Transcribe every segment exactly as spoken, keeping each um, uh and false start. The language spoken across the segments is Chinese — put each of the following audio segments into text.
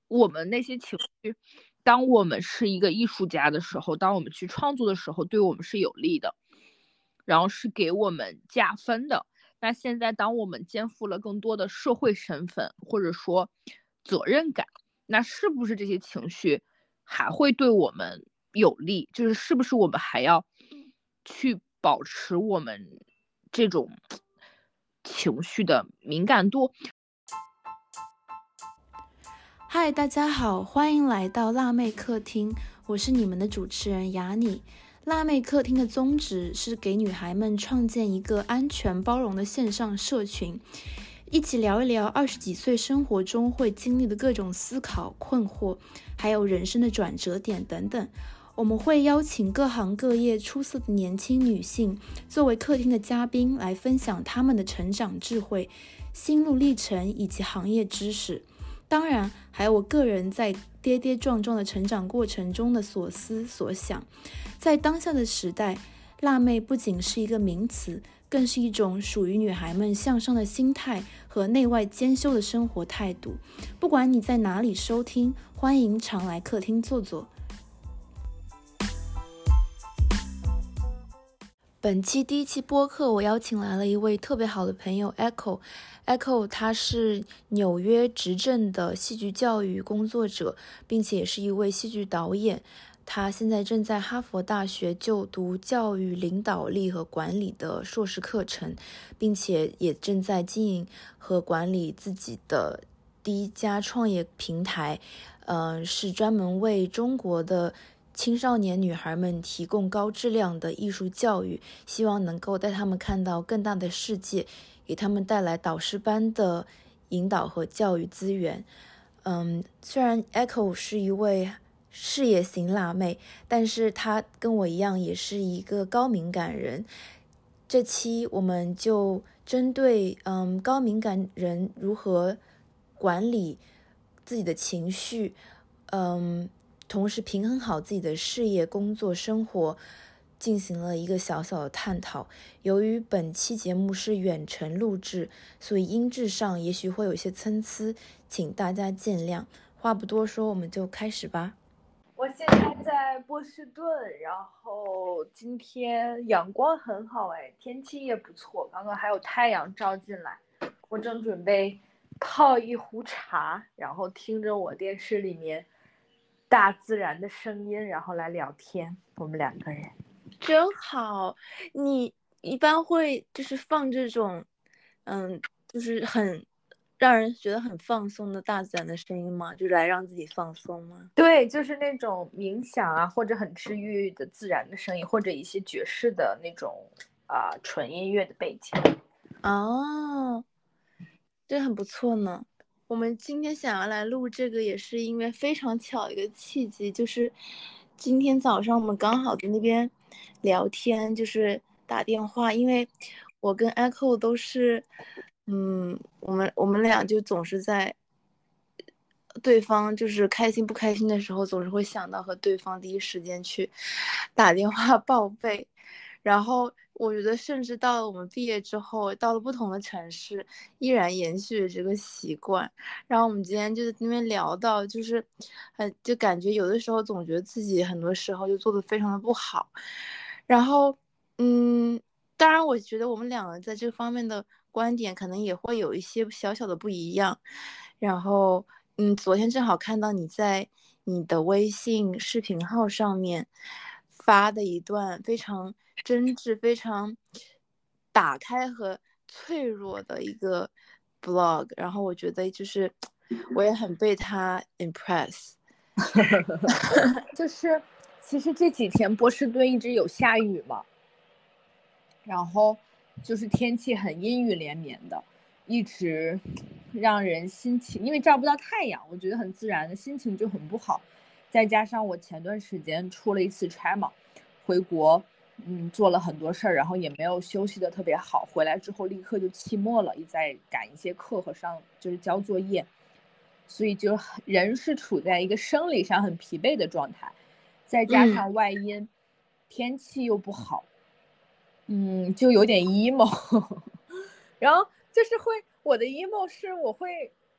我们那些情绪，当我们是一个艺术家的时候，当我们去创作的时候，对我们是有利的，然后是给我们加分的。那现在当我们肩负了更多的社会身份或者说责任感，那是不是这些情绪还会对我们有利？就是是不是我们还要去保持我们这种情绪的敏感度？ 嗨，大家好，欢迎来到辣妹客厅，我是你们的主持人雅妮。辣妹客厅的宗旨是给女孩们创建一个安全包容的线上社群，一起聊一聊二十几岁生活中会经历的各种思考、困惑，还有人生的转折点等等。我们会邀请各行各业出色的年轻女性作为客厅的嘉宾，来分享她们的成长智慧、心路历程以及行业知识。当然，还有我个人在跌跌撞撞的成长过程中的所思所想。在当下的时代，辣妹不仅是一个名词，更是一种属于女孩们向上的心态和内外兼修的生活态度。不管你在哪里收听，欢迎常来客厅坐坐。本期第一期播客，我邀请来了一位特别好的朋友 Echo。Echo 他是纽约执政的戏剧教育工作者，并且也是一位戏剧导演。他现在正在哈佛大学就读教育领导力和管理的硕士课程，并且也正在经营和管理自己的第一家创业平台，呃，是专门为中国的青少年女孩们提供高质量的艺术教育，希望能够带她们看到更大的世界，给她们带来导师般的引导和教育资源。嗯，虽然 Echo 是一位事业型辣妹，但是她跟我一样也是一个高敏感人。这期我们就针对嗯高敏感人如何管理自己的情绪，嗯。同时平衡好自己的事业、工作、生活，进行了一个小小的探讨。由于本期节目是远程录制，所以音质上也许会有些参差，请大家见谅。话不多说，我们就开始吧。 我现在在波士顿，然后今天阳光很好，哎，天气也不错，刚刚还有太阳照进来。我正准备泡一壶茶，然后听着我电视里面大自然的声音，然后来聊天。我们两个人真好。你一般会就是放这种，嗯，就是很让人觉得很放松的大自然的声音吗？就来让自己放松吗？ 对，就是那种冥想啊，或者很治愈的自然的声音，或者一些爵士的那种啊、呃、纯音乐的背景。 哦，这很不错呢。我们今天想要来录这个，也是因为非常巧一个契机，就是今天早上我们刚好在那边聊天，就是打电话，因为我跟 Echo 都是，嗯，我们我们俩就总是在对方就是开心不开心的时候，总是会想到和对方第一时间去打电话报备。然后我觉得，甚至到了我们毕业之后，到了不同的城市，依然延续了这个习惯。然后我们今天就在那边聊到，就是很就感觉有的时候总觉得自己很多时候就做的非常的不好。然后，嗯，当然我觉得我们两个在这方面的观点可能也会有一些小小的不一样。然后，嗯，昨天正好看到你在你的微信视频号上面发的一段非常真挚、非常打开和脆弱的一个 blog，然后我觉得就是我也很被他 impress。 就是其实这几天波士顿一直有下雨嘛，然后就是天气很阴雨连绵的，一直让人心情，因为照不到太阳，我觉得很自然的心情就很不好。再加上我前段时间出了一次差嘛，回国，嗯，做了很多事儿，然后也没有休息的特别好，回来之后立刻就期末了，也在赶一些课和上就是交作业，所以就人是处在一个生理上很疲惫的状态，再加上外阴，嗯、天气又不好。嗯，就有点 emo，然后就是会我的 emo 是我会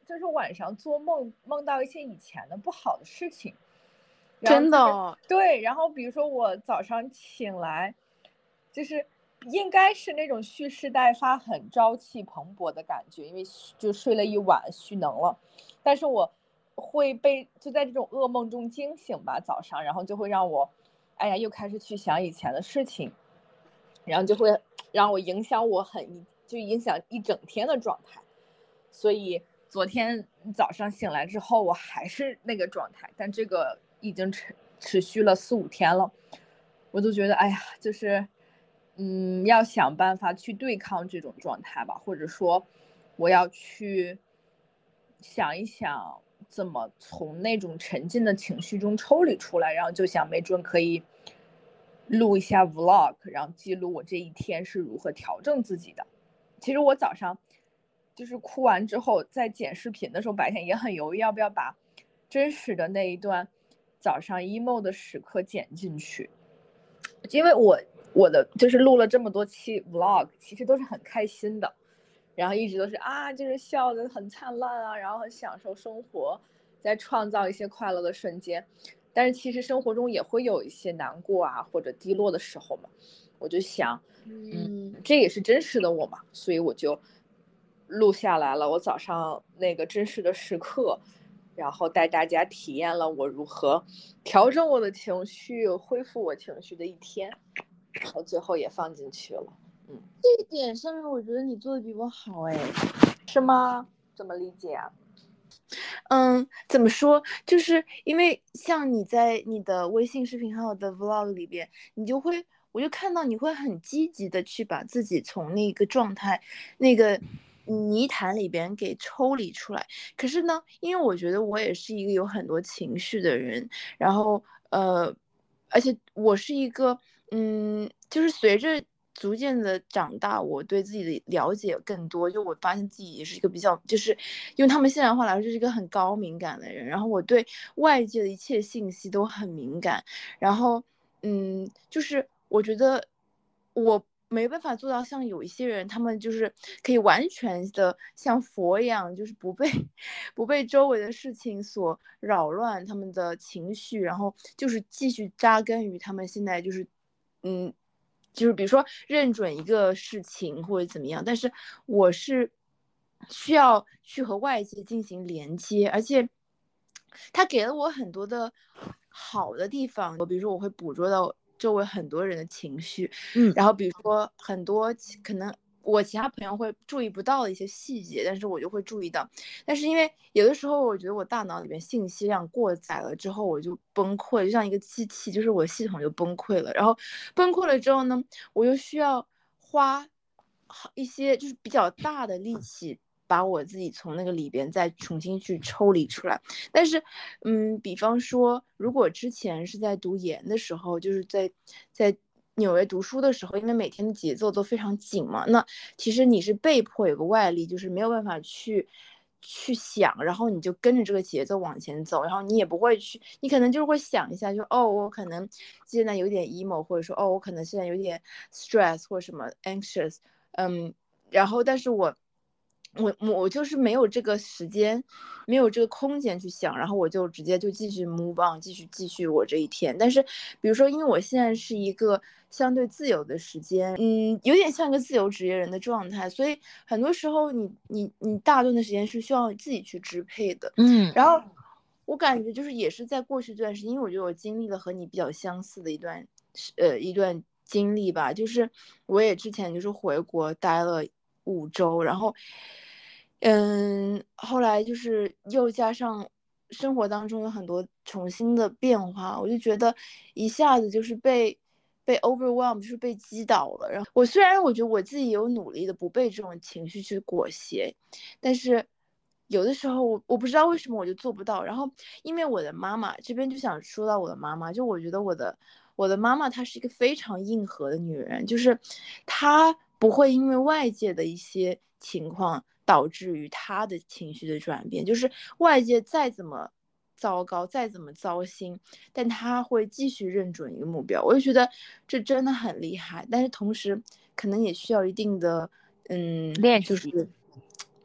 就是晚上做梦梦到一些以前的不好的事情， 真的、哦、 对，然后比如说我早上醒来，就是应该是那种蓄势待发、很朝气蓬勃的感觉，因为就睡了一晚虚能了，但是我会被就在这种噩梦中惊醒吧，早上，然后就会让我，哎呀，又开始去想以前的事情，然后就会让我影响我很就影响一整天的状态，所以昨天早上醒来之后我还是那个状态，但这个已经持持续了四五天了，我就觉得哎呀，就是嗯，要想办法去对抗这种状态吧，或者说我要去想一想怎么从那种沉浸的情绪中抽离出来，然后就想没准可以录一下 vlog， 然后记录我这一天是如何调整自己的。其实我早上就是哭完之后在剪视频的时候，白天也很犹豫要不要把真实的那一段早上 emo 的时刻剪进去，因为我我的就是录了这么多期 vlog， 其实都是很开心的，然后一直都是啊，就是笑得很灿烂啊，然后很享受生活，在创造一些快乐的瞬间。但是其实生活中也会有一些难过啊或者低落的时候嘛，我就想，嗯，这也是真实的我嘛，所以我就录下来了我早上那个真实的时刻，然后带大家体验了我如何调整我的情绪、恢复我情绪的一天，然后最后也放进去了。嗯， 这一点上面我觉得你做的比我好哎。 是吗？怎么理解啊？ 嗯，怎么说？就是因为像你在你的微信视频号的 vlog 里边，你就会，我就看到你会很积极的去把自己从那个状态、那个泥潭里边给抽离出来。可是呢，因为我觉得我也是一个有很多情绪的人，然后呃，而且我是一个，嗯，就是随着逐渐的长大，我对自己的了解更多，就我发现自己也是一个比较，就是用他们现代话来说，就是一个很高敏感的人。然后我对外界的一切信息都很敏感。然后，嗯，就是我觉得我没办法做到像有一些人，他们就是可以完全的像佛一样，就是不被不被周围的事情所扰乱他们的情绪，然后就是继续扎根于他们现在就是，嗯。就是比如说认准一个事情或者怎么样，但是我是需要去和外界进行连接，而且它给了我很多的好的地方。比如说我会捕捉到周围很多人的情绪，嗯，然后比如说很多可能我其他朋友会注意不到的一些细节，但是我就会注意到。但是因为有的时候我觉得我大脑里面信息量过载了之后，我就崩溃，就像一个机器，就是我系统就崩溃了。然后崩溃了之后呢，我又需要花一些就是比较大的力气把我自己从那个里边再重新去抽离出来。但是嗯，比方说如果之前是在读研的时候，就是在在纽约读书的时候，因为每天的节奏都非常紧嘛，那其实你是被迫有个外力，就是没有办法去去想，然后你就跟着这个节奏往前走，然后你也不会去，你可能就是会想一下，就哦，我可能现在有点 emo， 或者说哦，我可能现在有点 stress 或什么 anxious， 嗯，然后但是我我我就是没有这个时间，没有这个空间去想，然后我就直接就继续 move on， 继续继续我这一天。但是比如说因为我现在是一个相对自由的时间，嗯，有点像一个自由职业人的状态，所以很多时候你你你大段的时间是需要自己去支配的。嗯，然后我感觉就是也是在过去这段时间，因为我觉得我经历了和你比较相似的一段呃一段经历吧，就是我也之前就是回国待了五周，然后嗯，后来就是又加上生活当中有很多重新的变化，我就觉得一下子就是被被 overwhelm， 就是被击倒了。然后我虽然我觉得我自己有努力的不被这种情绪去裹挟，但是有的时候我我不知道为什么我就做不到。然后因为我的妈妈这边就想说到我的妈妈，就我觉得我的我的妈妈她是一个非常硬核的女人，就是她不会因为外界的一些情况导致于她的情绪的转变，就是外界再怎么糟糕再怎么糟心，但她会继续认准一个目标。我就觉得这真的很厉害，但是同时可能也需要一定的嗯练习， 就是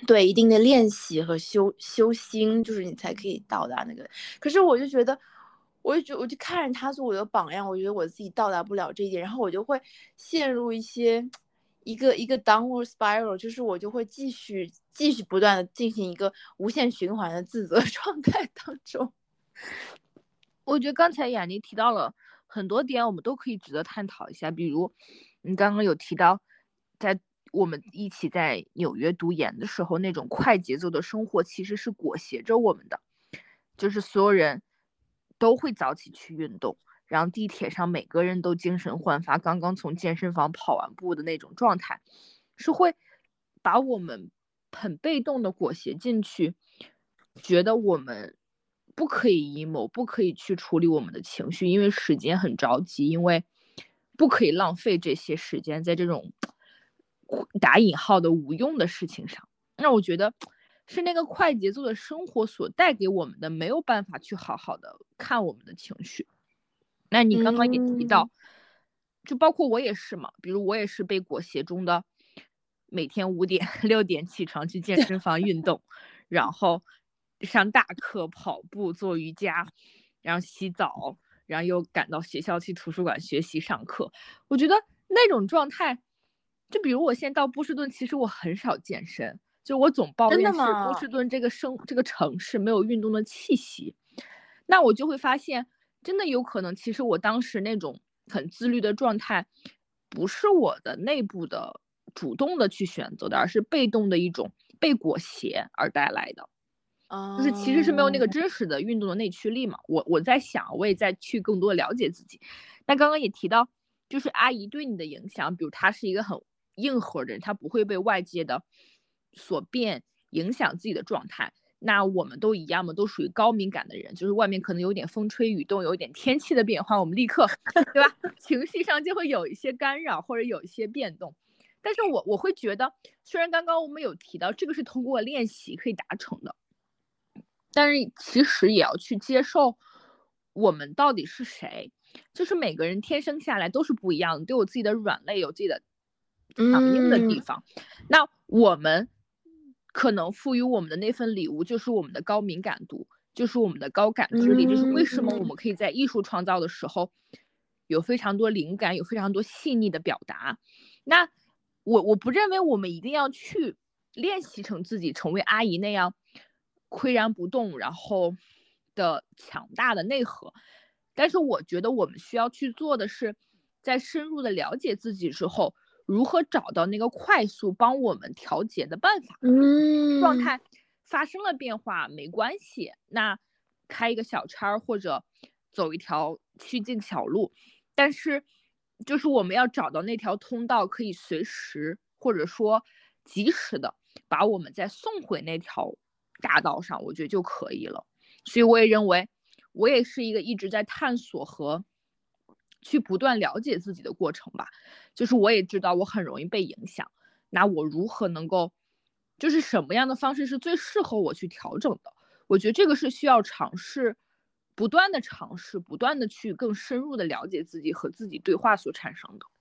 对一定的练习和修修心，就是你才可以到达那个。可是我就觉得，我就觉我就看着他做我的榜样，我觉得我自己到达不了这一点，然后我就会陷入一些一个一个 downward spiral，就是我就会继续继续不断的进行一个无限循环的自责状态当中。 我觉得刚才雅妮提到了很多点，我们都可以值得探讨一下。比如你刚刚有提到，在我们一起在纽约读研的时候，那种快节奏的生活其实是裹挟着我们的，就是所有人都会早起去运动，然后地铁上每个人都精神焕发，刚刚从健身房跑完步的那种状态，是会把我们很被动的裹挟进去，觉得我们不可以 emo， 不可以去处理我们的情绪，因为时间很着急，因为不可以浪费这些时间在这种打引号的无用的事情上。那我觉得是那个快节奏的生活所带给我们的，没有办法去好好的看我们的情绪。那你刚刚也提到、嗯、就包括我也是嘛，比如我也是被裹挟中的每天五点六点起床去健身房运动然后上大课跑步做瑜伽，然后洗澡，然后又赶到学校去图书馆学习上课。我觉得那种状态，就比如我现在到波士顿，其实我很少健身，就我总抱怨是波士顿这个生这个城市没有运动的气息。那我就会发现真的有可能其实我当时那种很自律的状态不是我的内部的主动的去选择的，而是被动的一种被裹挟而带来的，就是其实是没有那个真实的运动的内驱力嘛。我我在想，我也在去更多了解自己。那刚刚也提到就是阿姨对你的影响，比如她是一个很硬核的人，她不会被外界的所变影响自己的状态。那我们都一样嘛，都属于高敏感的人，就是外面可能有点风吹雨动，有一点天气的变化，我们立刻对吧情绪上就会有一些干扰或者有一些变动。但是我我会觉得，虽然刚刚我们有提到这个是通过练习可以达成的，但是其实也要去接受我们到底是谁，就是每个人天生下来都是不一样的，都有自己的软肋，有自己的强硬的地方、嗯、那我们可能赋予我们的那份礼物就是我们的高敏感度，就是我们的高感知力、嗯、就是为什么我们可以在艺术创造的时候有非常多灵感，有非常多细腻的表达。那我我不认为我们一定要去练习成自己成为阿姨那样岿然不动然后的强大的内核，但是我觉得我们需要去做的是在深入的了解自己之后，如何找到那个快速帮我们调节的办法。嗯，状态发生了变化没关系，那开一个小差或者走一条曲径小路，但是就是我们要找到那条通道，可以随时或者说及时的把我们再送回那条大道上，我觉得就可以了。所以我也认为我也是一个一直在探索和去不断了解自己的过程吧。就是我也知道我很容易被影响，那我如何能够就是什么样的方式是最适合我去调整的，我觉得这个是需要尝试，不断的尝试，不断的去更深入的了解自己和自己对话所产生的。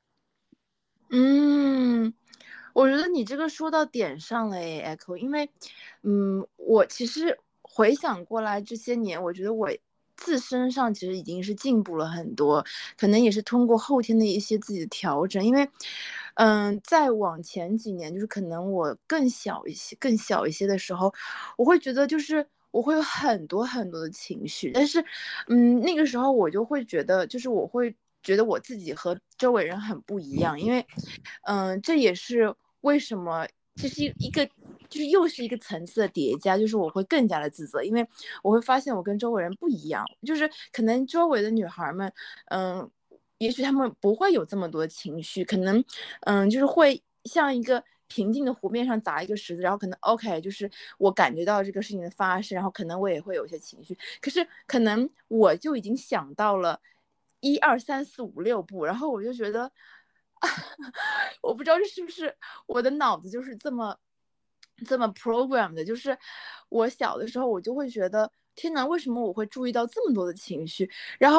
嗯，我觉得你这个说到点上了诶 Echo， 因为嗯，我其实回想过来这些年，我觉得我自身上其实已经是进步了很多，可能也是通过后天的一些自己的调整。因为嗯，再往前几年，就是可能我更小一些更小一些的时候，我会觉得就是我会有很多很多的情绪，但是嗯，那个时候我就会觉得就是我会觉得我自己和周围人很不一样。因为嗯，这也是为什么这是一个就是又是一个层次的叠加，就是我会更加的自责，因为我会发现我跟周围人不一样，就是可能周围的女孩们嗯，也许她们不会有这么多情绪，可能嗯，就是会像一个平静的湖面上砸一个石子，然后可能 OK 就是我感觉到这个事情的发生，然后可能我也会有一些情绪，可是可能我就已经想到了一二三四五六步，然后我就觉得我不知道这是不是我的脑子就是这么这么 program 的，就是我小的时候我就会觉得天哪，为什么我会注意到这么多的情绪，然后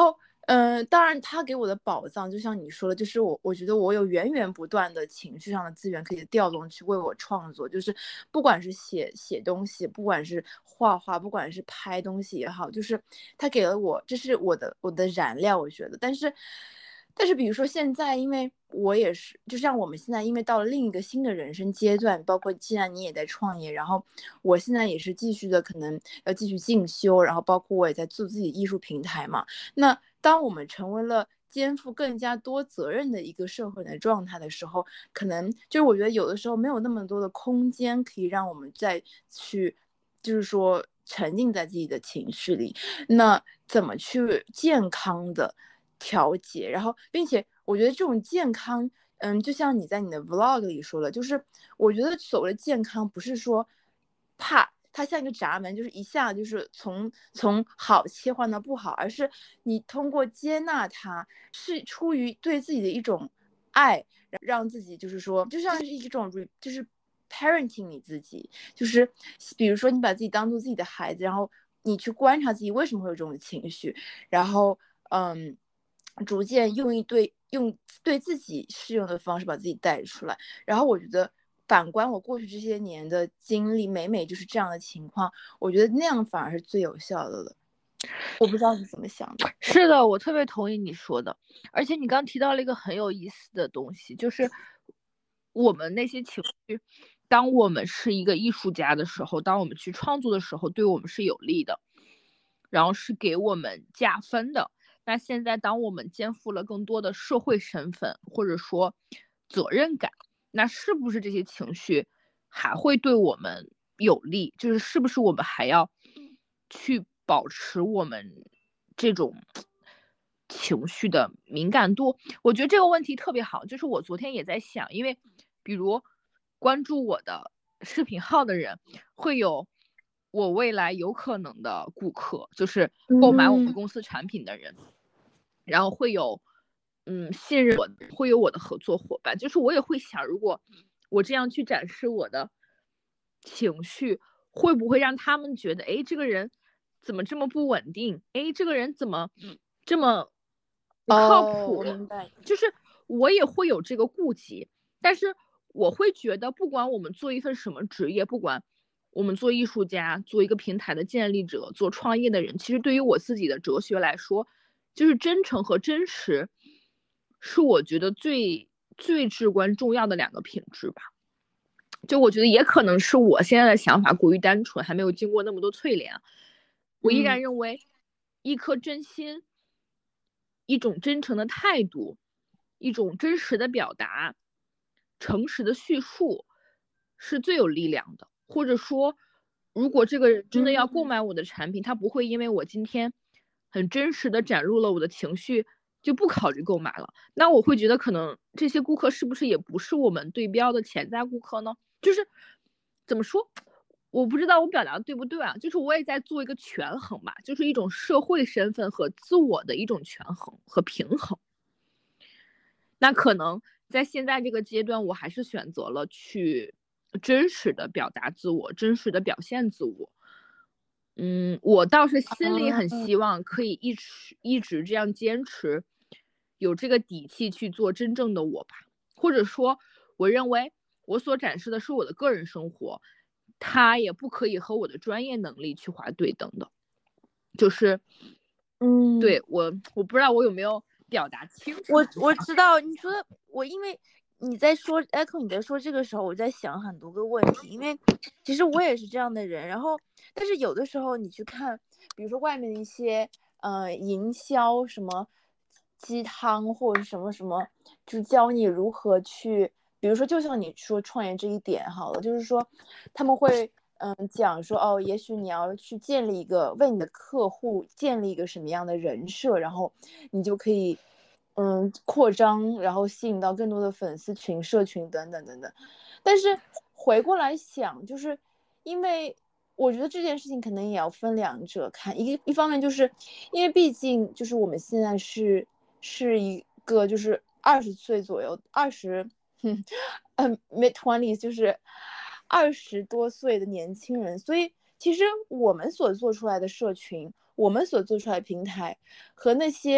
嗯、呃，当然他给我的宝藏就像你说的，就是我我觉得我有源源不断的情绪上的资源可以调动去为我创作，就是不管是写写东西，不管是画画，不管是拍东西也好，就是他给了我，这是我的我的燃料，我觉得。但是但是比如说现在，因为我也是，就像我们现在因为到了另一个新的人生阶段，包括既然你也在创业，然后我现在也是继续的可能要继续进修，然后包括我也在做自己艺术平台嘛。那当我们成为了肩负更加多责任的一个社会的状态的时候，可能就是我觉得有的时候没有那么多的空间可以让我们再去就是说沉浸在自己的情绪里，那怎么去健康的调节，然后并且我觉得这种健康嗯，就像你在你的 vlog 里说的，就是我觉得所谓的健康不是说怕它像一个闸门，就是一下就是从从好切换到不好，而是你通过接纳它，是出于对自己的一种爱，让自己就是说就像是一种就是 parenting 你自己，就是比如说你把自己当做自己的孩子，然后你去观察自己为什么会有这种情绪，然后嗯，逐渐用一对用对自己适用的方式把自己带出来。然后我觉得反观我过去这些年的经历，每每就是这样的情况，我觉得那样反而是最有效的了。我不知道你怎么想的。 是的，我特别同意你说的。而且你刚提到了一个很有意思的东西，就是我们那些情绪，当我们是一个艺术家的时候，当我们去创作的时候，对我们是有利的，然后是给我们加分的。那现在当我们肩负了更多的社会身份或者说责任感，那是不是这些情绪还会对我们有利？就是是不是我们还要去保持我们这种情绪的敏感度？我觉得这个问题特别好，就是我昨天也在想，因为比如关注我的视频号的人会有我未来有可能的顾客，就是购买我们公司产品的人，嗯、然后会有嗯信任我，会有我的合作伙伴，就是我也会想，如果我这样去展示我的情绪，会不会让他们觉得，哎，这个人怎么这么不稳定？哎，这个人怎么这么不靠谱？ 哦，我明白。 就是我也会有这个顾忌，但是我会觉得，不管我们做一份什么职业，不管我们做艺术家，做一个平台的建立者，做创业的人，其实对于我自己的哲学来说，就是真诚和真实，是我觉得最最至关重要的两个品质吧。就我觉得也可能是我现在的想法过于单纯，还没有经过那么多淬炼。我依然认为，一颗真心，一种真诚的态度，一种真实的表达，诚实的叙述，是最有力量的。或者说，如果这个人真的要购买我的产品，他不会因为我今天很真实的展露了我的情绪，就不考虑购买了。那我会觉得，可能这些顾客是不是也不是我们对标的潜在顾客呢？就是怎么说，我不知道我表达的对不对啊？就是我也在做一个权衡吧，就是一种社会身份和自我的一种权衡和平衡。那可能在现在这个阶段，我还是选择了去真实的表达自我，真实的表现自我。嗯，我倒是心里很希望可以一直一直这样坚持，有这个底气去做真正的我吧。或者说，我认为我所展示的是我的个人生活，它也不可以和我的专业能力去划对等的。就是， 嗯， 对我，我不知道我有没有表达清楚。 我我知道你说的，我因为你在说 Echo 你在说这个时候，我在想很多个问题，因为其实我也是这样的人。然后，但是有的时候你去看，比如说外面的一些呃营销什么鸡汤或者什么什么，就教你如何去，比如说就像你说创业这一点好了，就是说他们会嗯讲说哦，也许你要去建立一个为你的客户建立一个什么样的人设，然后你就可以。嗯，扩张，然后吸引到更多的粉丝群、社群等等等等。但是回过来想，就是因为我觉得这件事情可能也要分两者看。一一方面就是因为毕竟就是我们现在是是一个就是二十岁左右，二十，嗯，mid twenties 就是二十多岁的年轻人，所以其实我们所做出来的社群，我们所做出来的平台和那些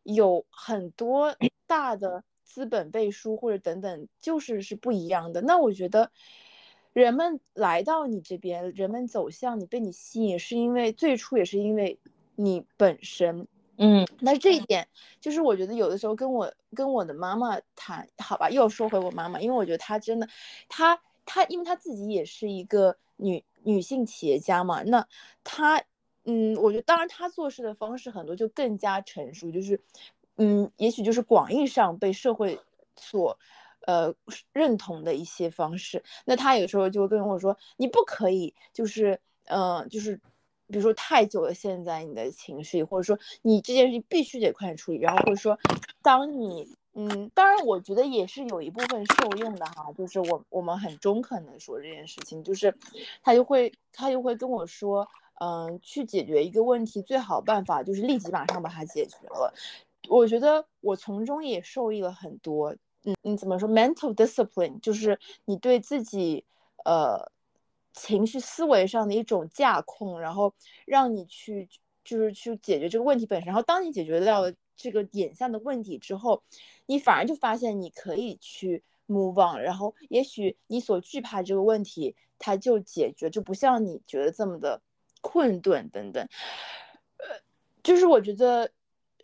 有很多大的资本背书或者等等，就是是不一样的。那我觉得人们来到你这边，人们走向你，被你吸引，是因为最初也是因为你本身。 嗯， 但是这一点就是我觉得有的时候跟我跟我的妈妈谈，好吧，又说回我妈妈，因为我觉得她真的，她她因为她自己也是一个女女性企业家嘛，那她嗯，我觉得当然她做事的方式很多就更加成熟，就是嗯，也许就是广义上被社会所呃认同的一些方式。那她有时候就会跟我说，你不可以就是呃就是比如说太久了陷在你的情绪，或者说你这件事情必须得快点处理，然后或者说当你嗯，当然我觉得也是有一部分受用的哈，就是我我们很中肯的说这件事情，就是他就会他就会跟我说，嗯，去解决一个问题最好办法就是立即马上把它解决了。我觉得我从中也受益了很多。嗯嗯，怎么说 mental discipline 就是你对自己呃情绪思维上的一种架控，然后让你去就是去解决这个问题本身。然后当你解决掉了这个眼下的问题之后，你反而就发现你可以去 move on，然后也许你所惧怕这个问题它就解决，就不像你觉得这么的困顿等等。呃，就是我觉得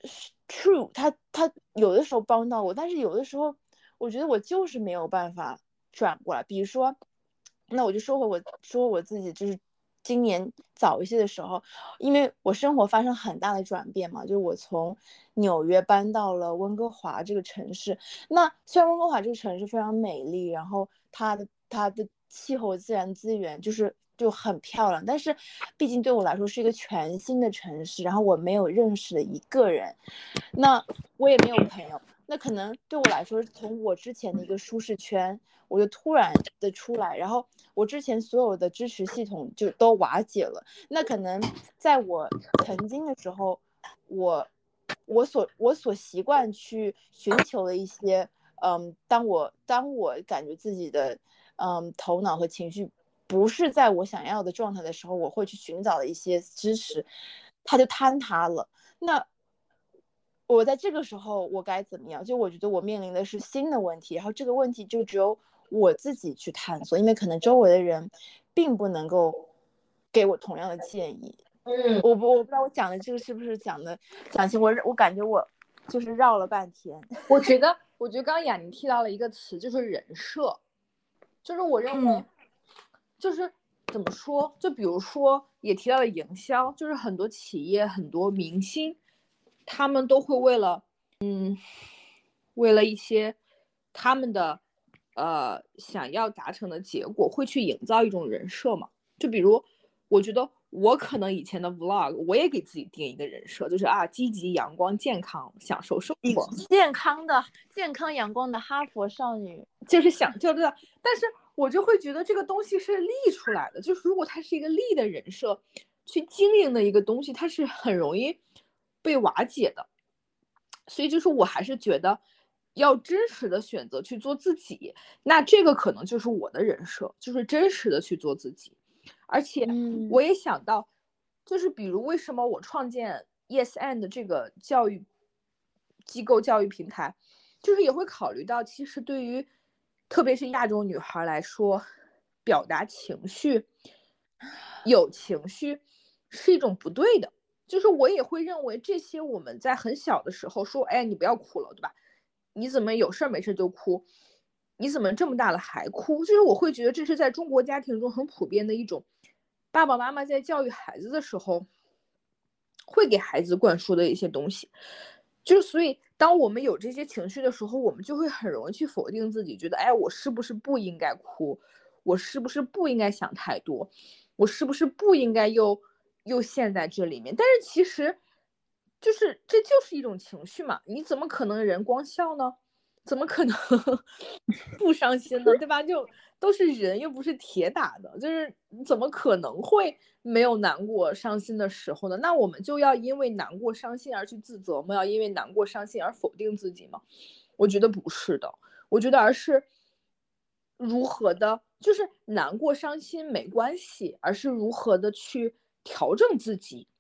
true， 他他有的时候帮到我，但是有的时候我觉得我就是没有办法转过来。比如说，那我就说回我说我自己，就是今年早一些的时候，因为我生活发生很大的转变嘛，就是我从纽约搬到了温哥华这个城市。那虽然温哥华这个城市非常美丽，然后它的它的气候、自然资源就是就很漂亮，但是毕竟对我来说是一个全新的城市，然后我没有认识的一个人，那我也没有朋友，那可能对我来说，从我之前的一个舒适圈，我就突然的出来，然后我之前所有的支持系统就都瓦解了。那可能在我曾经的时候，我我所我所习惯去寻求的一些，嗯，当我当我感觉自己的嗯头脑和情绪不是在我想要的状态的时候，我会去寻找的一些支持，它就坍塌了。那我在这个时候我该怎么样？就我觉得我面临的是新的问题，然后这个问题就只有我自己去探索，因为可能周围的人并不能够给我同样的建议。 嗯， 我不我不知道我讲的这个是不是讲的讲清，我我感觉我就是绕了半天。 我觉得，我觉得刚刚雅妮提到了一个词，就是人设，就是我认为， 嗯就是怎么说，就比如说也提到了营销，就是很多企业、很多明星，他们都会为了，嗯，为了一些他们的呃想要达成的结果，会去营造一种人设嘛。就比如，我觉得我可能以前的 vlog，我也给自己定一个人设，就是啊，积极、阳光、健康，享受生活， 健康的健康阳光的哈佛少女， 就是想就这样。但是我就会觉得这个东西是立出来的，就是如果它是一个立的人设去经营的一个东西，它是很容易被瓦解的。所以就是我还是觉得要真实的选择去做自己，那这个可能就是我的人设，就是真实的去做自己。而且我也想到，就是比如为什么我创建 Yes and 这个教育机构、教育平台，就是也会考虑到，其实对于特别是亚洲女孩来说，表达情绪、有情绪是一种不对的。就是我也会认为这些我们在很小的时候说，哎，你不要哭了，对吧？你怎么有事没事就哭？你怎么这么大了还哭？就是我会觉得这是在中国家庭中很普遍的一种，爸爸妈妈在教育孩子的时候会给孩子灌输的一些东西。就是所以，当我们有这些情绪的时候，我们就会很容易去否定自己，觉得，哎，我是不是不应该哭？我是不是不应该想太多？我是不是不应该又又陷在这里面？但是其实，就是这就是一种情绪嘛，你怎么可能人光笑呢？怎么可能不伤心呢？对吧？就都是人，又不是铁打的，就是怎么可能会没有难过、伤心的时候呢？那我们就要因为难过、伤心而去自责吗？要因为难过、伤心而否定自己吗？我觉得不是的，我觉得而是如何的，就是难过、伤心没关系，而是如何的去调整自己，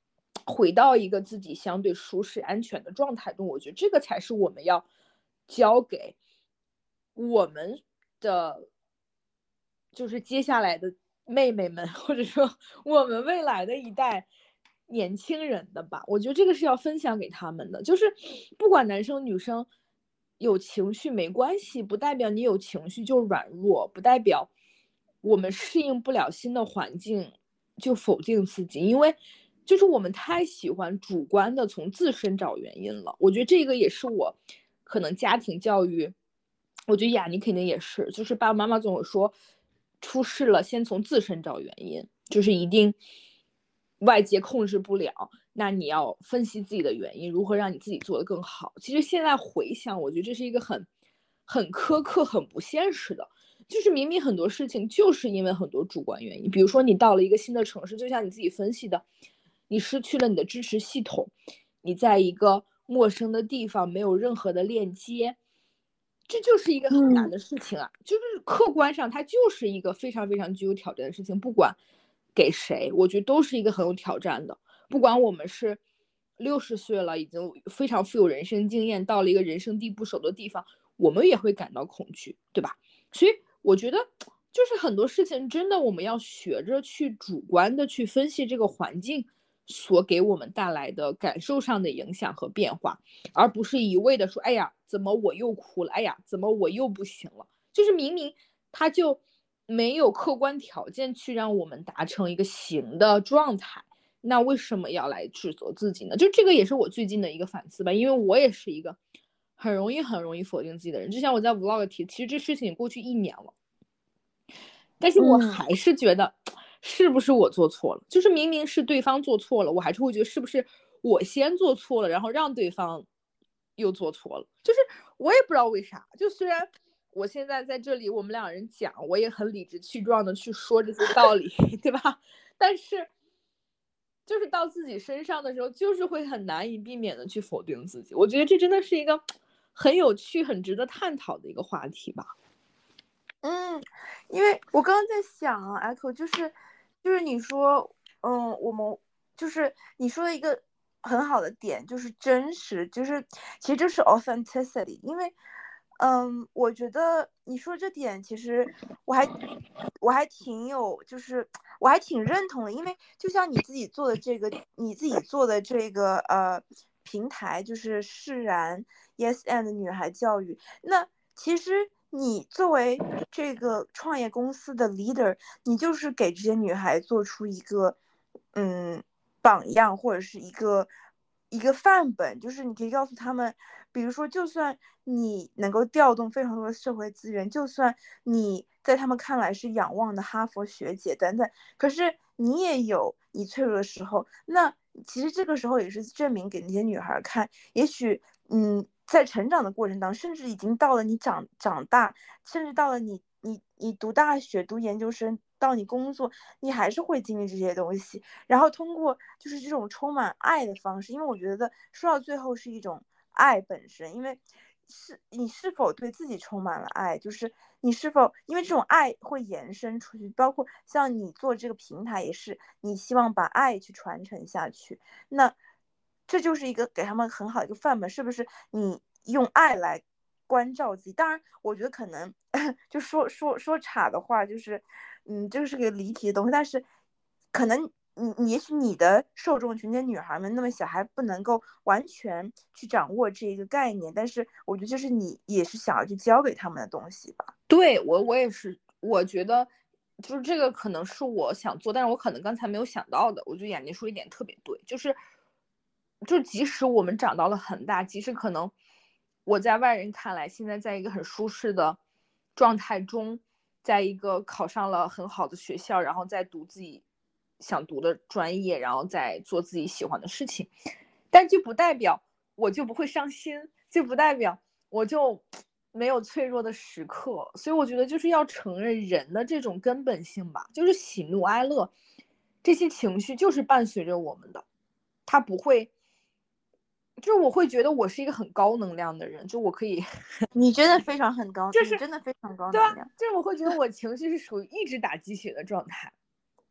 回到一个自己相对舒适安全的状态中。我觉得这个才是我们要教给我们的就是接下来的妹妹们，或者说我们未来的一代年轻人的吧。我觉得这个是要分享给他们的，就是不管男生女生有情绪没关系，不代表你有情绪就软弱，不代表我们适应不了新的环境就否定自己，因为就是我们太喜欢主观的从自身找原因了。我觉得这个也是我可能家庭教育，我觉得雅妮肯定也是，就是爸爸妈妈总会说出事了先从自身找原因，就是一定外界控制不了，那你要分析自己的原因，如何让你自己做得更好。其实现在回想，我觉得这是一个很很苛刻很不现实的，就是明明很多事情就是因为很多主观原因，比如说你到了一个新的城市，就像你自己分析的，你失去了你的支持系统，你在一个陌生的地方没有任何的链接，这就是一个很难的事情啊、嗯、就是客观上它就是一个非常非常具有挑战的事情，不管给谁我觉得都是一个很有挑战的。不管我们是六十岁了已经非常富有人生经验，到了一个人生地不熟的地方，我们也会感到恐惧，对吧？所以我觉得就是很多事情真的我们要学着去主观的去分析这个环境所给我们带来的感受上的影响和变化，而不是一味的说哎呀怎么我又哭了，哎呀怎么我又不行了，就是明明他就没有客观条件去让我们达成一个行的状态，那为什么要来指责自己呢？就这个也是我最近的一个反思吧，因为我也是一个很容易很容易否定自己的人。就像我在 vlog 提，其实这事情过去一年了，但是我还是觉得、嗯、是不是我做错了，就是明明是对方做错了，我还是会觉得是不是我先做错了，然后让对方又做错了，就是我也不知道为啥。就虽然我现在在这里我们两人讲，我也很理直气壮的去说这些道理对吧，但是就是到自己身上的时候就是会很难以避免的去否定自己。我觉得这真的是一个很有趣很值得探讨的一个话题吧。 嗯，因为我刚刚在想啊 Echo 就是就是你说嗯我们就是你说的一个很好的点就是真实，就是其实就是 authenticity。 因为嗯我觉得你说这点其实我还我还挺有就是我还挺认同的，因为就像你自己做的这个你自己做的这个呃平台就是释然 Yes and 女孩教育，那其实你作为这个创业公司的 leader， 你就是给这些女孩做出一个嗯榜样，或者是一个一个范本，就是你可以告诉他们，比如说就算你能够调动非常多的社会资源，就算你在他们看来是仰望的哈佛学姐等等，可是你也有你脆弱的时候，那其实这个时候也是证明给那些女孩看，也许嗯在成长的过程当中，甚至已经到了你长长大，甚至到了你你你读大学读研究生，到你工作，你还是会经历这些东西，然后通过就是这种充满爱的方式，因为我觉得说到最后是一种爱本身，因为是你是否对自己充满了爱，就是你是否因为这种爱会延伸出去，包括像你做这个平台也是你希望把爱去传承下去，那这就是一个给他们很好的一个范本，是不是你用爱来关照自己？当然我觉得可能就说说说岔的话，就是嗯这是个离题的东西，但是可能你你也许你的受众群这些女孩们那么小，还不能够完全去掌握这一个概念，但是我觉得这是你也是想要去教给他们的东西吧。 对，我我也是，我觉得就是这个可能是我想做，但是我可能刚才没有想到的。我觉得眼睛说一点特别对，就是就即使我们长到了很大，即使可能我在外人看来现在在一个很舒适的状态中，在一个考上了很好的学校，然后再读自己想读的专业，然后再做自己喜欢的事情，但就不代表我就不会伤心，就不代表我就没有脆弱的时刻。所以我觉得就是要承认人的这种根本性吧，就是喜怒哀乐这些情绪就是伴随着我们的，它不会就是我会觉得我是一个很高能量的人，就我可以你真的非常很高， 就是你真的非常高能对吧？ 量， 就是我会觉得我情绪是属于一直打鸡血的状态。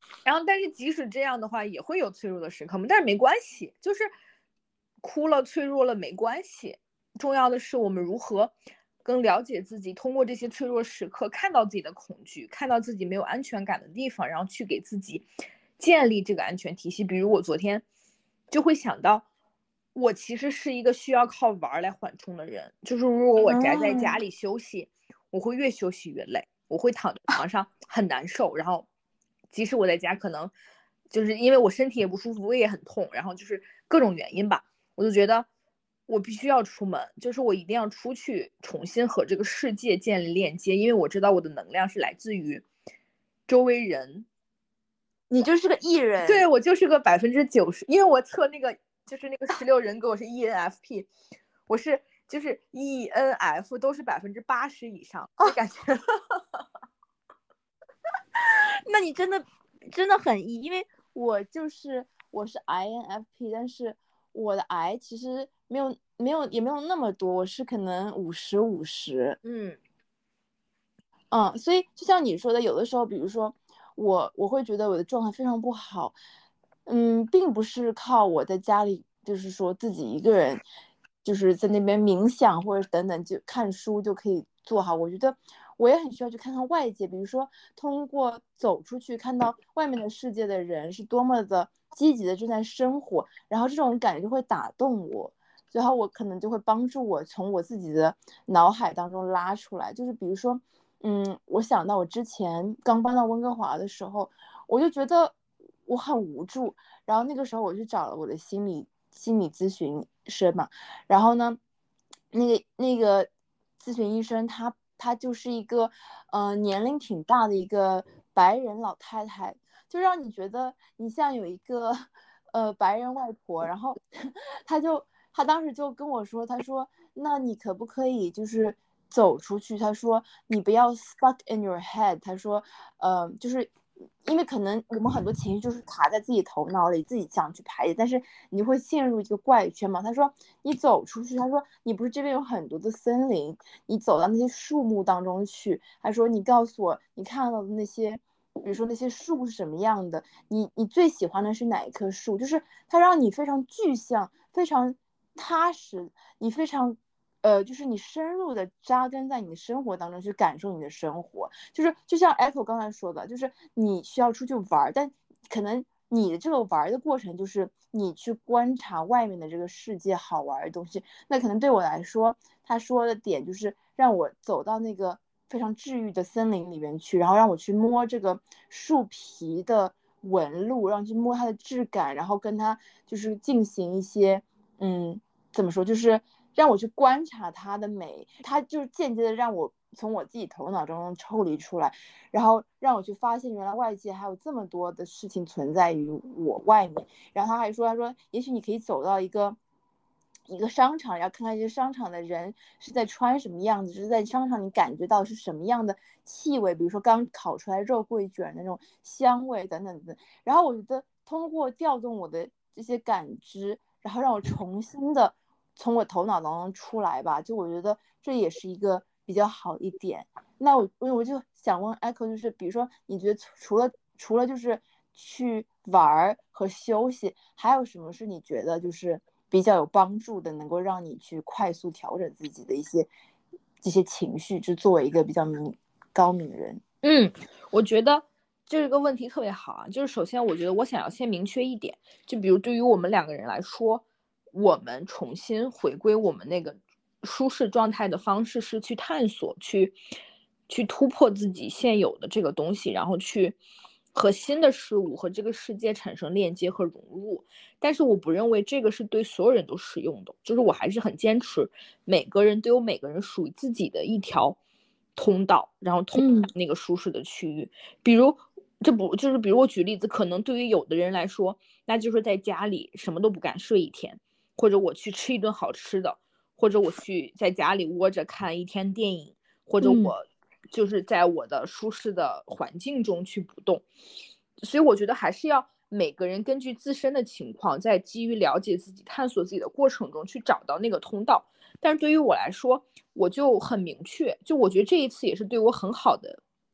然后但是即使这样的话也会有脆弱的时刻嘛，但是没关系，就是哭了脆弱了没关系，重要的是我们如何更了解自己，通过这些脆弱时刻看到自己的恐惧，看到自己没有安全感的地方，然后去给自己建立这个安全体系。比如我昨天就会想到，我其实是一个需要靠玩来缓冲的人，就是如果我宅在家里休息，嗯、我会越休息越累，我会躺在床上很难受，然后即使我在家可能就是因为我身体也不舒服，胃也很痛，然后就是各种原因吧，我就觉得我必须要出门，就是我一定要出去重新和这个世界建立链接，因为我知道我的能量是来自于周围人。 你就是个 E 人。 对，我就是个百分之九十，因为我测那个就是那个十六人格，我是 E N F P， 我是就是 E N F 都是百分之八十以上，就感觉、哦、 那你真的真的很 E， 因为我就是我是 I N F P， 但是我的 I 其实没有没有也没有那么多，我是可能五十五十。 嗯嗯，所以就像你说的，有的时候比如说我我会觉得我的状态非常不好，嗯，并不是靠我在家里就是说自己一个人就是在那边冥想或者等等就看书就可以做好，我觉得我也很需要去看看外界，比如说通过走出去看到外面的世界的人是多么的积极的正在生活，然后这种感觉就会打动我，然后我可能就会帮助我从我自己的脑海当中拉出来，就是比如说嗯，我想到我之前刚搬到温哥华的时候，我就觉得我很无助，然后那个时候我去找了我的心理心理咨询师嘛，然后呢，那个那个咨询医生他他就是一个呃年龄挺大的一个白人老太太，就让你觉得你像有一个呃白人外婆，然后他就他当时就跟我说，他说那你可不可以就是走出去，他说你不要 stuck in your head， 他说呃就是因为可能我们很多情绪就是卡在自己头脑里，自己想去排解，但是你会陷入一个怪圈嘛。他说你走出去，他说你不是这边有很多的森林，你走到那些树木当中去，他说你告诉我你看到的那些比如说那些树是什么样的，你你最喜欢的是哪一棵树，就是它让你非常具象非常踏实，你非常呃，就是你深入的扎根在你的生活当中去感受你的生活，就是就像 Echo 刚才说的，就是你需要出去玩，但可能你的这个玩的过程就是你去观察外面的这个世界好玩的东西。那可能对我来说，他说的点就是让我走到那个非常治愈的森林里面去，然后让我去摸这个树皮的纹路，让去摸它的质感，然后跟它就是进行一些嗯，怎么说，就是让我去观察它的美，它就是间接的让我从我自己头脑中抽离出来，然后让我去发现原来外界还有这么多的事情存在于我外面。然后他还说，他说也许你可以走到一个一个商场，然后看看这些商场的人是在穿什么样子，就是在商场你感觉到是什么样的气味，比如说刚烤出来肉桂卷的那种香味等等等。然后我觉得通过调动我的这些感知，然后让我重新的从我头脑当中出来吧，就我觉得这也是一个比较好一点。那我我就想问 Echo， 就是比如说你觉得除了除了就是去玩和休息，还有什么是你觉得就是比较有帮助的，能够让你去快速调整自己的一些这些情绪，就作为一个比较敏高敏人？ 嗯，我觉得这个问题特别好啊，就是首先我觉得我想要先明确一点，就比如对于我们两个人来说，我们重新回归我们那个舒适状态的方式是去探索，去去突破自己现有的这个东西，然后去和新的事物和这个世界产生链接和融入。但是我不认为这个是对所有人都适用的，就是我还是很坚持每个人都有每个人属于自己的一条通道，然后通往那个舒适的区域。嗯、比如这不就是比如我举例子，可能对于有的人来说，那就是在家里什么都不干睡一天，或者我去吃一顿好吃的，或者我去在家里窝着看一天电影，或者我就是在我的舒适的环境中去不动。所以我觉得还是要每个人根据自身的情况，在基于了解自己探索自己的过程中去找到那个通道。但是对于我来说，我就很明确，就我觉得这一次也是对我很好的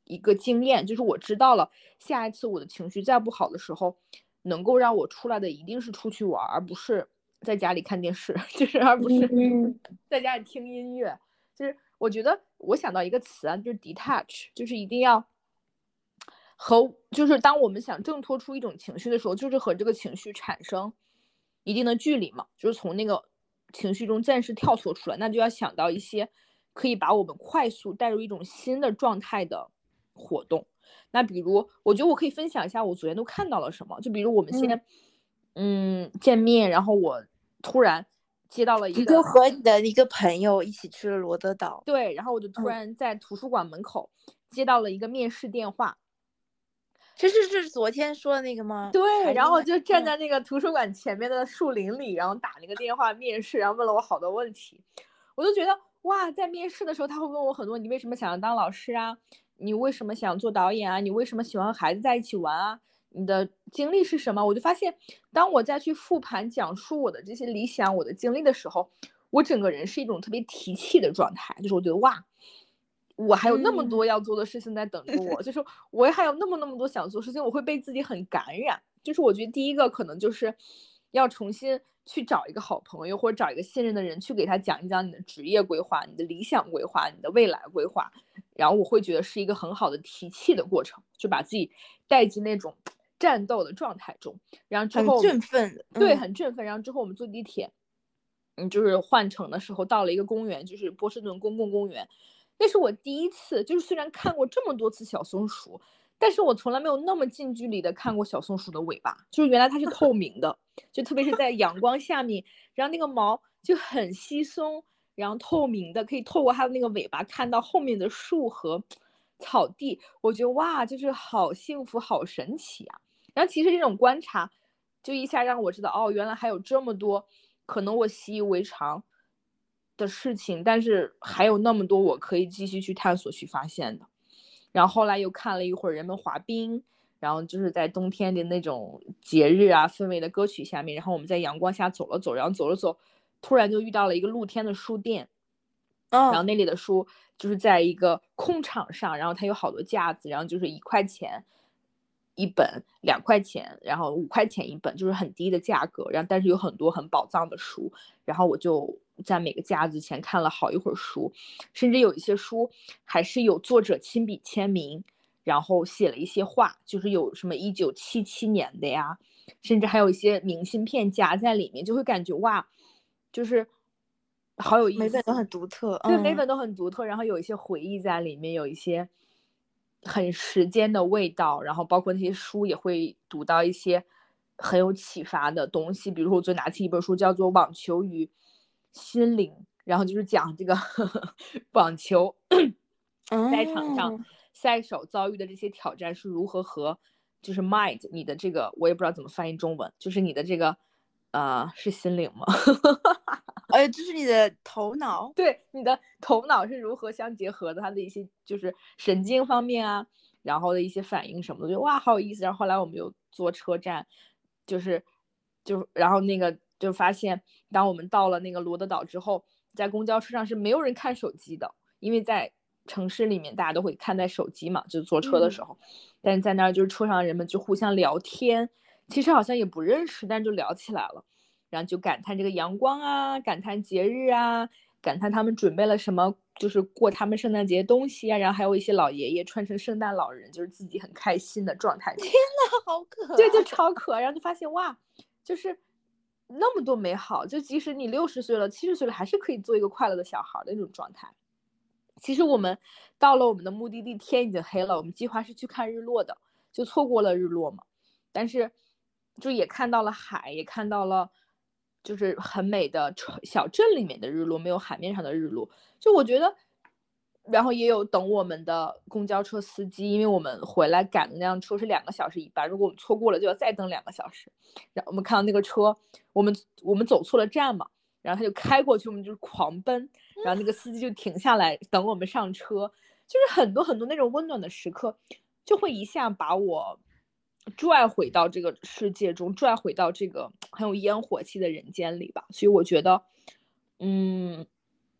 一个经验，就是我知道了下一次我的情绪再不好的时候，能够让我出来的一定是出去玩，而不是在家里看电视，就是而不是在家里听音乐。就是我觉得我想到一个词啊，就是 detach， 就是一定要和就是当我们想挣脱出一种情绪的时候，就是和这个情绪产生一定的距离嘛，就是从那个情绪中暂时跳脱出来，那就要想到一些可以把我们快速带入一种新的状态的活动。那比如我觉得我可以分享一下我昨天都看到了什么，就比如我们先 嗯, 嗯见面，然后我突然接到了一个， 你就和你的一个朋友一起去了罗德岛， 对，然后我就突然在图书馆门口接到了一个面试电话。 这是是昨天说的那个吗？ 对，然后我就站在那个图书馆前面的树林里，然后打那个电话面试，然后问了我好多问题。我就觉得哇，在面试的时候他会问我很多，你为什么想要当老师啊？你为什么想做导演啊？你为什么喜欢和孩子在一起玩啊？你的经历是什么？我就发现当我再去复盘讲述我的这些理想我的经历的时候，我整个人是一种特别提气的状态，就是我觉得哇，我还有那么多要做的事情在等着我、嗯、就是我还有那么那么多想做的事情，我会被自己很感染。就是我觉得第一个可能就是要重新去找一个好朋友或者找一个信任的人去给他讲一讲你的职业规划、你的理想规划、你的未来规划，然后我会觉得是一个很好的提气的过程，就把自己带进那种战斗的状态中，然后之后很振奋、 嗯、对，很振奋。然后之后我们坐地铁嗯，就是换乘的时候到了一个公园，就是波士顿公共公园。那是我第一次，就是虽然看过这么多次小松鼠，但是我从来没有那么近距离的看过小松鼠的尾巴，就是原来它是透明的，就特别是在阳光下面，然后那个毛就很稀松，然后透明的，可以透过它的那个尾巴看到后面的树和草地。我觉得哇，就是好幸福，好神奇啊！然后其实这种观察，就一下让我知道，哦，原来还有这么多可能我习以为常的事情，但是还有那么多我可以继续去探索去发现的。然后后来又看了一会儿人们滑冰，然后就是在冬天的那种节日啊氛围的歌曲下面，然后我们在阳光下走了走，然后走了走，突然就遇到了一个露天的书店，然后那里的书就是在一个空场上，然后它有好多架子，然后就是一块钱一本，两块钱，然后五块钱一本，就是很低的价格，然后但是有很多很宝藏的书，然后我就在每个架子前看了好一会儿书，甚至有一些书还是有作者亲笔签名，然后写了一些话，就是有什么一九七七年的呀，甚至还有一些明信片夹在里面，就会感觉哇，就是好有意思， 每本都很独特， 对、嗯、每本都很独特，然后有一些回忆在里面，有一些很时间的味道，然后包括那些书也会读到一些很有启发的东西。比如说我就拿起一本书叫做《网球与心灵》，然后就是讲这个呵呵网球在场上赛手遭遇的这些挑战是如何和就是 mind 你的这个我也不知道怎么翻译中文，就是你的这个呃是心灵吗？ 呃，就是你的头脑， 对，你的头脑是如何相结合的，它的一些就是神经方面啊，然后的一些反应什么的，我觉得哇好有意思。然后后来我们又坐车站，就是就然后那个就发现，当我们到了那个罗德岛之后，在公交车上是没有人看手机的，因为在城市里面大家都会看待手机嘛，就坐车的时候，嗯、但是在那儿就是车上人们就互相聊天，其实好像也不认识，但就聊起来了。然后就感叹这个阳光啊，感叹节日啊，感叹他们准备了什么，就是过他们圣诞节东西啊，然后还有一些老爷爷穿成圣诞老人，就是自己很开心的状态。 天哪，好可爱！ 对，就超可爱。然后就发现哇，就是那么多美好，就即使你六十岁了、七十岁了，还是可以做一个快乐的小孩的那种状态。其实我们到了我们的目的地，天已经黑了，我们计划是去看日落的，就错过了日落嘛。但是就也看到了海，也看到了就是很美的小镇里面的日落，没有海面上的日落。就我觉得，然后也有等我们的公交车司机，因为我们回来赶的那辆车是两个小时一班，如果我们错过了就要再等两个小时。然后我们看到那个车，我们我们走错了站嘛，然后他就开过去，我们就是狂奔，然后那个司机就停下来等我们上车，就是很多很多那种温暖的时刻，就会一下把我拽回到这个世界中，拽回到这个很有烟火气的人间里吧。所以我觉得，嗯，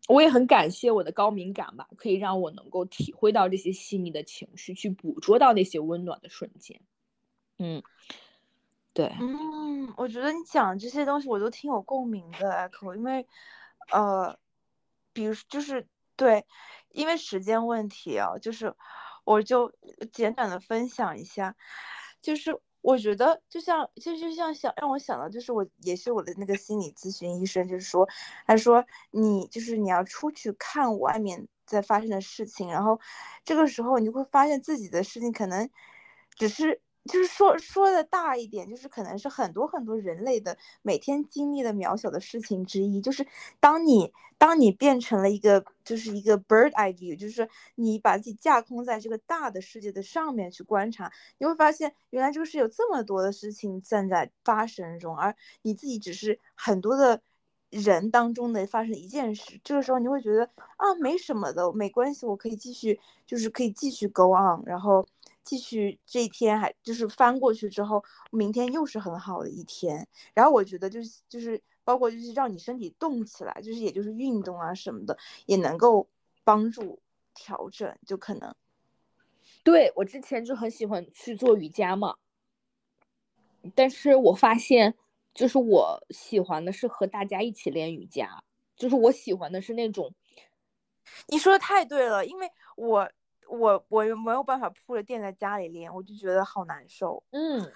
我也很感谢我的高敏感吧，可以让我能够体会到这些细腻的情绪，去捕捉到那些温暖的瞬间。嗯，对， 嗯，我觉得你讲这些东西我都挺有共鸣的，Echo，因为，呃，比如就是对，因为时间问题啊，就是我就简短的分享一下，就是我觉得就像就就像想让我想到，就是我也是我的那个心理咨询医生，就是说，他说你就是你要出去看外面在发生的事情，然后这个时候你就会发现自己的事情可能只是。就是说说的大一点，就是可能是很多很多人类的每天经历的渺小的事情之一。就是当你当你变成了一个就是一个 bird eye view，就是你把自己架空在这个大的世界的上面去观察，你会发现原来这个是有这么多的事情正在发生中，而你自己只是很多的人当中的发生一件事。这个时候你会觉得啊，没什么的，没关系，我可以继续，就是可以继续 go on，然后继续这一天还就是翻过去之后，明天又是很好的一天。然后我觉得就是就是包括就是让你身体动起来，就是也就是运动啊什么的，也能够帮助调整，就可能。 对，我之前就很喜欢去做瑜伽嘛，但是我发现就是我喜欢的是和大家一起练瑜伽，就是我喜欢的是那种。 你说的太对了，因为我我我没有办法铺着垫在家里练，我就觉得好难受。 嗯，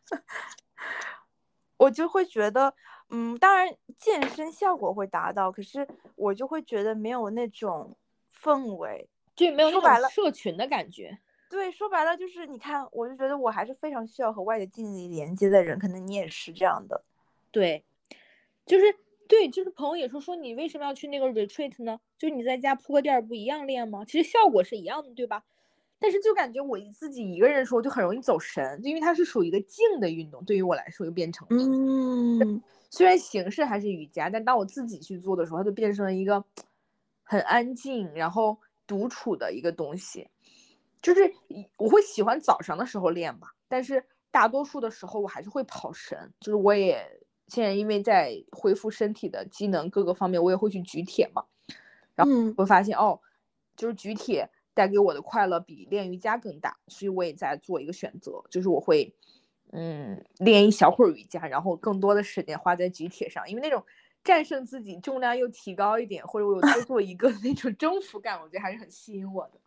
我就会觉得，嗯，当然健身效果会达到，可是我就会觉得没有那种氛围， 就没有那种说白了， 社群的感觉。 对，说白了就是你看，我就觉得我还是非常需要和外界建立连接的人，可能你也是这样的。 对，就是对，就是朋友也说说你为什么要去那个 retreat 呢？就是你在家铺个垫不一样练吗？其实效果是一样的，对吧？但是就感觉我自己一个人说就很容易走神，就因为它是属于一个静的运动，对于我来说又变成， 嗯， 虽然形式还是瑜伽，但当我自己去做的时候，它就变成了一个很安静，然后独处的一个东西。就是我会喜欢早上的时候练吧，但是大多数的时候我还是会跑神。就是我也现在因为在恢复身体的机能各个方面，我也会去举铁嘛，然后会发现、嗯、哦，就是举铁带给我的快乐比练瑜伽更大，所以我也在做一个选择，就是我会嗯练一小会儿瑜伽，然后更多的时间花在举铁上，因为那种战胜自己重量又提高一点，或者我有多做一个那种征服感，我觉得还是很吸引我的。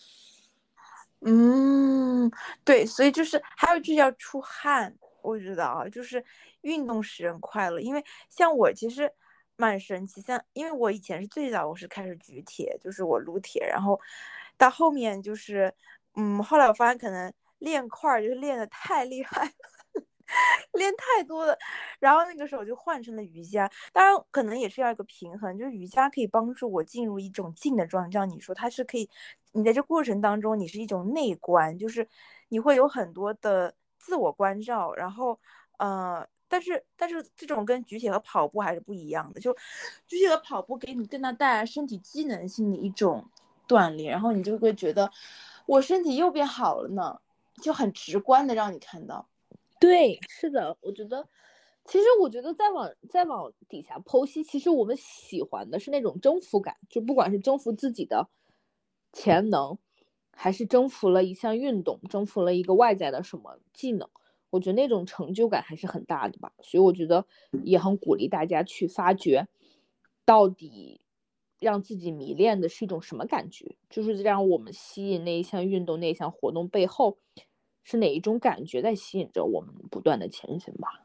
嗯，对，所以就是还有就是要出汗，我觉得啊，就是运动使人快乐。因为像我其实蛮神奇，像因为我以前是最早我是开始举铁，就是我撸铁，然后到后面就是嗯，后来我发现可能练块儿就是练得太厉害了。练太多了，然后那个时候我就换成了瑜伽。当然，可能也是要一个平衡，就是瑜伽可以帮助我进入一种静的状态。像你说，它是可以，你在这过程当中，你是一种内观，就是你会有很多的自我关照。然后，呃，但是但是这种跟举铁和跑步还是不一样的。就举铁和跑步给你更大带来身体机能性的一种锻炼，然后你就会觉得我身体又变好了呢，就很直观的让你看到。 对，是的，我觉得，其实我觉得再往再往底下剖析，其实我们喜欢的是那种征服感，就不管是征服自己的潜能，还是征服了一项运动，征服了一个外在的什么技能，我觉得那种成就感还是很大的吧。所以我觉得也很鼓励大家去发掘，到底让自己迷恋的是一种什么感觉，就是让我们吸引那一项运动、那一项活动背后。是哪一种感觉在吸引着我们不断的前行吧？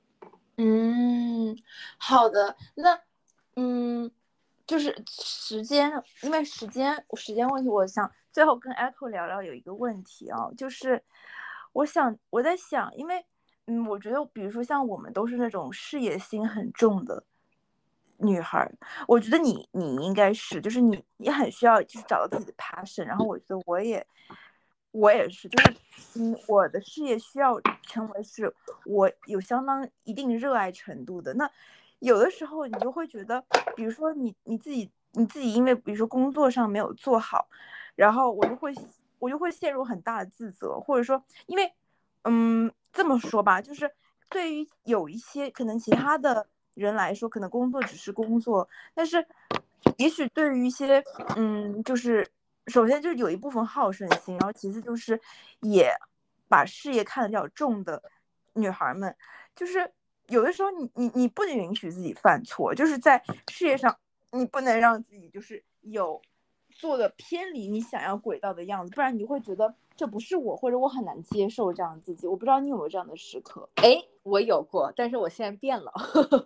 嗯，好的，那嗯，就是时间，因为时间时间问题，我想最后跟 Echo 聊聊有一个问题啊，就是我想我在想，因为嗯，我觉得比如说像我们都是那种事业心很重的女孩，我觉得你你应该是，就是你你很需要就是找到自己的 passion，然后我觉得我也。我也是，就是，嗯，我的事业需要成为是我有相当一定热爱程度的。那有的时候你就会觉得，比如说你你自己你自己因为比如说工作上没有做好，然后我就会我就会陷入很大的自责，或者说因为嗯这么说吧，就是对于有一些可能其他的人来说，可能工作只是工作，但是也许对于一些嗯，就是首先就是有一部分好胜心，然后其次就是也把事业看得比较重的女孩们，就是有的时候你你你不能允许自己犯错，就是在事业上你不能让自己就是有做的偏离你想要轨道的样子，不然你会觉得这不是我，或者我很难接受这样自己。我不知道你有没有这样的时刻？ 哎，我有过，但是我现在变了。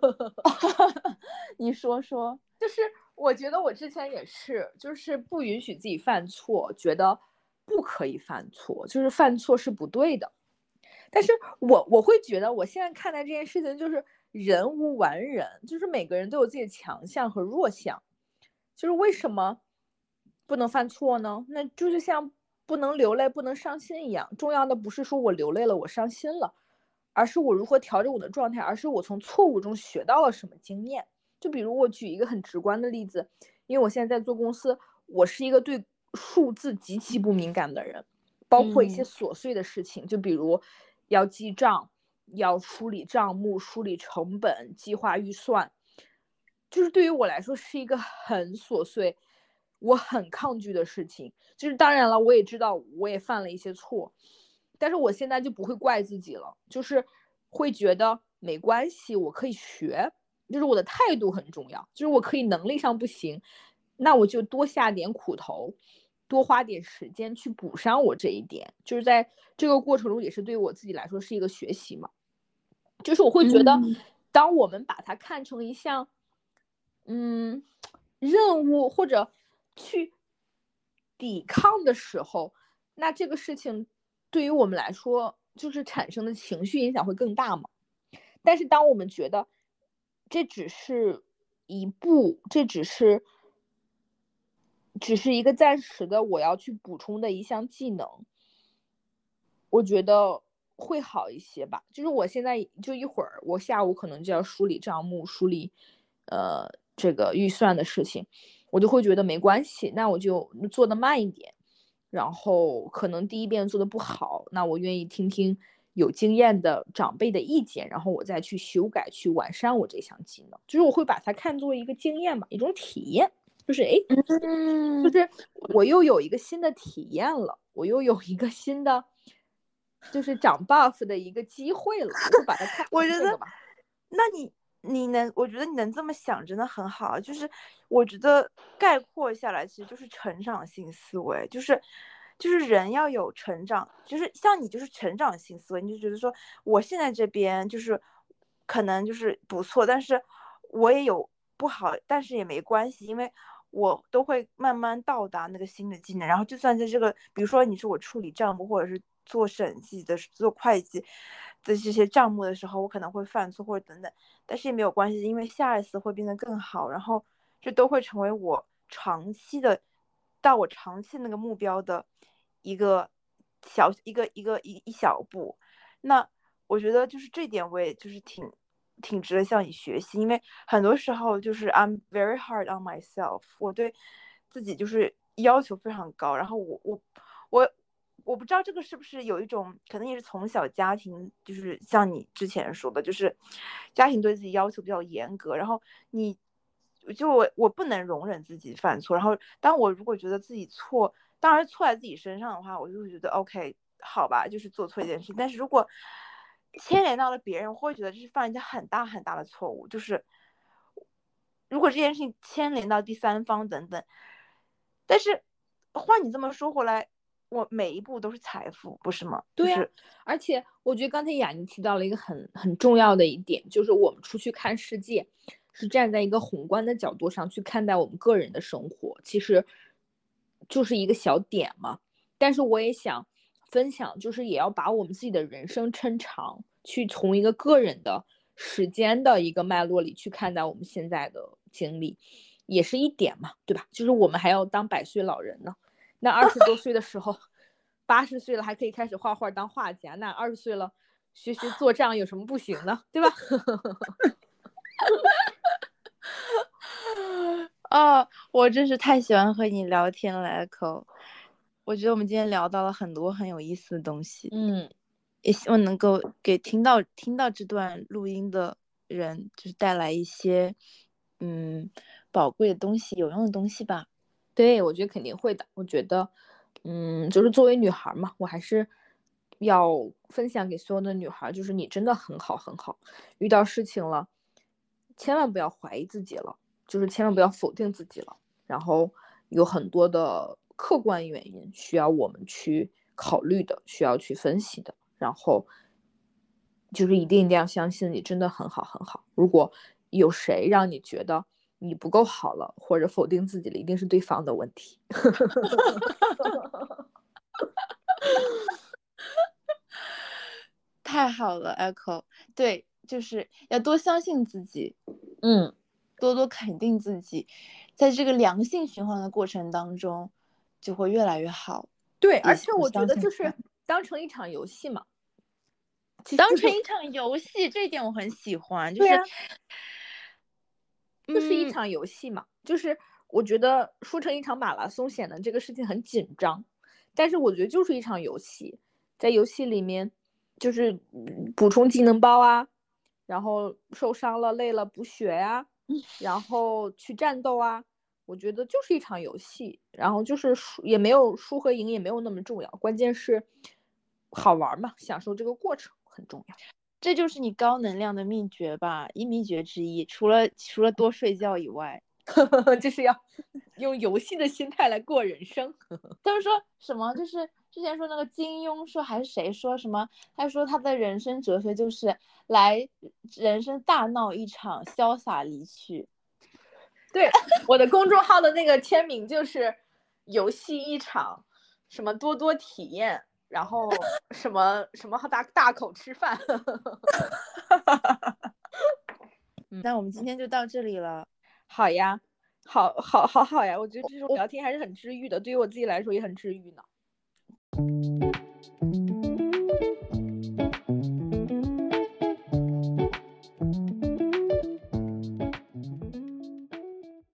你说说。 就是我觉得我之前也是，就是不允许自己犯错，觉得不可以犯错，就是犯错是不对的。但是我我会觉得，我现在看待这件事情就是人无完人，就是每个人都有自己的强项和弱项。就是为什么不能犯错呢？那就是像不能流泪、不能伤心一样，重要的不是说我流泪了、我伤心了，而是我如何调整我的状态，而是我从错误中学到了什么经验。就比如我举一个很直观的例子，因为我现在在做公司，我是一个对数字极其不敏感的人，包括一些琐碎的事情，就比如要记账、要梳理账目、梳理成本、计划预算，就是对于我来说是一个很琐碎，我很抗拒的事情。就是当然了，我也知道我也犯了一些错，但是我现在就不会怪自己了，就是会觉得没关系，我可以学。就是我的态度很重要，就是我可以能力上不行，那我就多下点苦头，多花点时间去补上我这一点。就是在这个过程中也是对我自己来说是一个学习嘛。就是我会觉得当我们把它看成一项嗯任务或者去抵抗的时候，那这个事情对于我们来说就是产生的情绪影响会更大嘛。但是当我们觉得这只是一步，这只是只是一个暂时的我要去补充的一项技能，我觉得会好一些吧。就是我现在就一会儿我下午可能就要梳理账目，梳理呃这个预算的事情，我就会觉得没关系，那我就做得慢一点，然后可能第一遍做得不好，那我愿意听听有经验的长辈的意见，然后我再去修改去完善我这项技能。就是我会把它看作一个经验嘛，一种体验，就是哎，就是我又有一个新的体验了，我又有一个新的就是长 buff 的一个机会了，我会把它看我觉得这个吧。 那你你能我觉得你能这么想真的很好。就是我觉得概括下来其实就是成长性思维，就是就是人要有成长，就是像你就是成长性思维，你就觉得说我现在这边就是可能就是不错，但是我也有不好，但是也没关系，因为我都会慢慢到达那个新的技能。然后就算在这个比如说你是我处理账目或者是做审计的做会计的这些账目的时候，我可能会犯错或者等等，但是也没有关系，因为下一次会变得更好，然后这都会成为我长期的到我长期那个目标的一个小一个一个一一小步。那我觉得就是这点我也就是挺挺值得向你学习，因为很多时候就是 I'm very hard on myself， 我对自己就是要求非常高，然后我我我我不知道这个是不是有一种可能也是从小家庭，就是像你之前说的，就是家庭对自己要求比较严格，然后你就我我不能容忍自己犯错，然后当我如果觉得自己错，当然错在自己身上的话，我就会觉得 OK 好吧，就是做错一件事。但是如果牵连到了别人，我会觉得这是犯一件很大很大的错误。就是如果这件事情牵连到第三方等等，但是换你这么说回来，我每一步都是财富，不是吗？ 对呀、 就是而且我觉得刚才雅妮提到了一个很很重要的一点，就是我们出去看世界，是站在一个宏观的角度上去看待我们个人的生活，其实就是一个小点嘛。但是我也想分享，就是也要把我们自己的人生抻长，去从一个个人的时间的一个脉络里去看待我们现在的经历，也是一点嘛，对吧？就是我们还要当百岁老人呢。那二十多岁的时候，八十岁了还可以开始画画当画家，那二十岁了学学做账有什么不行呢？对吧？ 哦，我真是太喜欢和你聊天了 Echo。我觉得我们今天聊到了很多很有意思的东西， 嗯， 也希望能够给听到听到这段录音的人，就是带来一些嗯宝贵的东西、有用的东西吧。 对，我觉得肯定会的。我觉得，嗯，就是作为女孩嘛，我还是要分享给所有的女孩，就是你真的很好很好，遇到事情了，千万不要怀疑自己了，就是千万不要否定自己了。然后有很多的客观原因需要我们去考虑的，需要去分析的。然后就是一定一定要相信你真的很好很好。如果有谁让你觉得你不够好了，或者否定自己了，一定是对方的问题。 太好了 Echo， 对，就是要多相信自己， 嗯， 多多肯定自己，在这个良性循环的过程当中就会越来越好。 对，而且我觉得就是当成一场游戏嘛， 当成一场游戏，这一点我很喜欢，就是、 啊、就是一场游戏嘛、嗯、就是我觉得说成一场马拉松显得这个事情很紧张，但是我觉得就是一场游戏，在游戏里面就是补充技能包啊，然后受伤了累了补血呀、啊，然后去战斗啊，我觉得就是一场游戏，然后就是输也没有输和赢也没有那么重要，关键是好玩嘛，享受这个过程很重要。 这就是你高能量的秘诀吧，一秘诀之一，除了除了多睡觉以外， 就是要用游戏的心态来过人生。 他们说什么？就是之前说那个金庸说还是谁说什么？他说他的人生哲学就是来人生大闹一场，潇洒离去。 对，我的公众号的那个签名就是游戏一场，什么多多体验，然后什么什么大大口吃饭。 那我们今天就到这里了。 好呀，好好好好呀，我觉得这种聊天还是很治愈的，对于我自己来说也很治愈呢。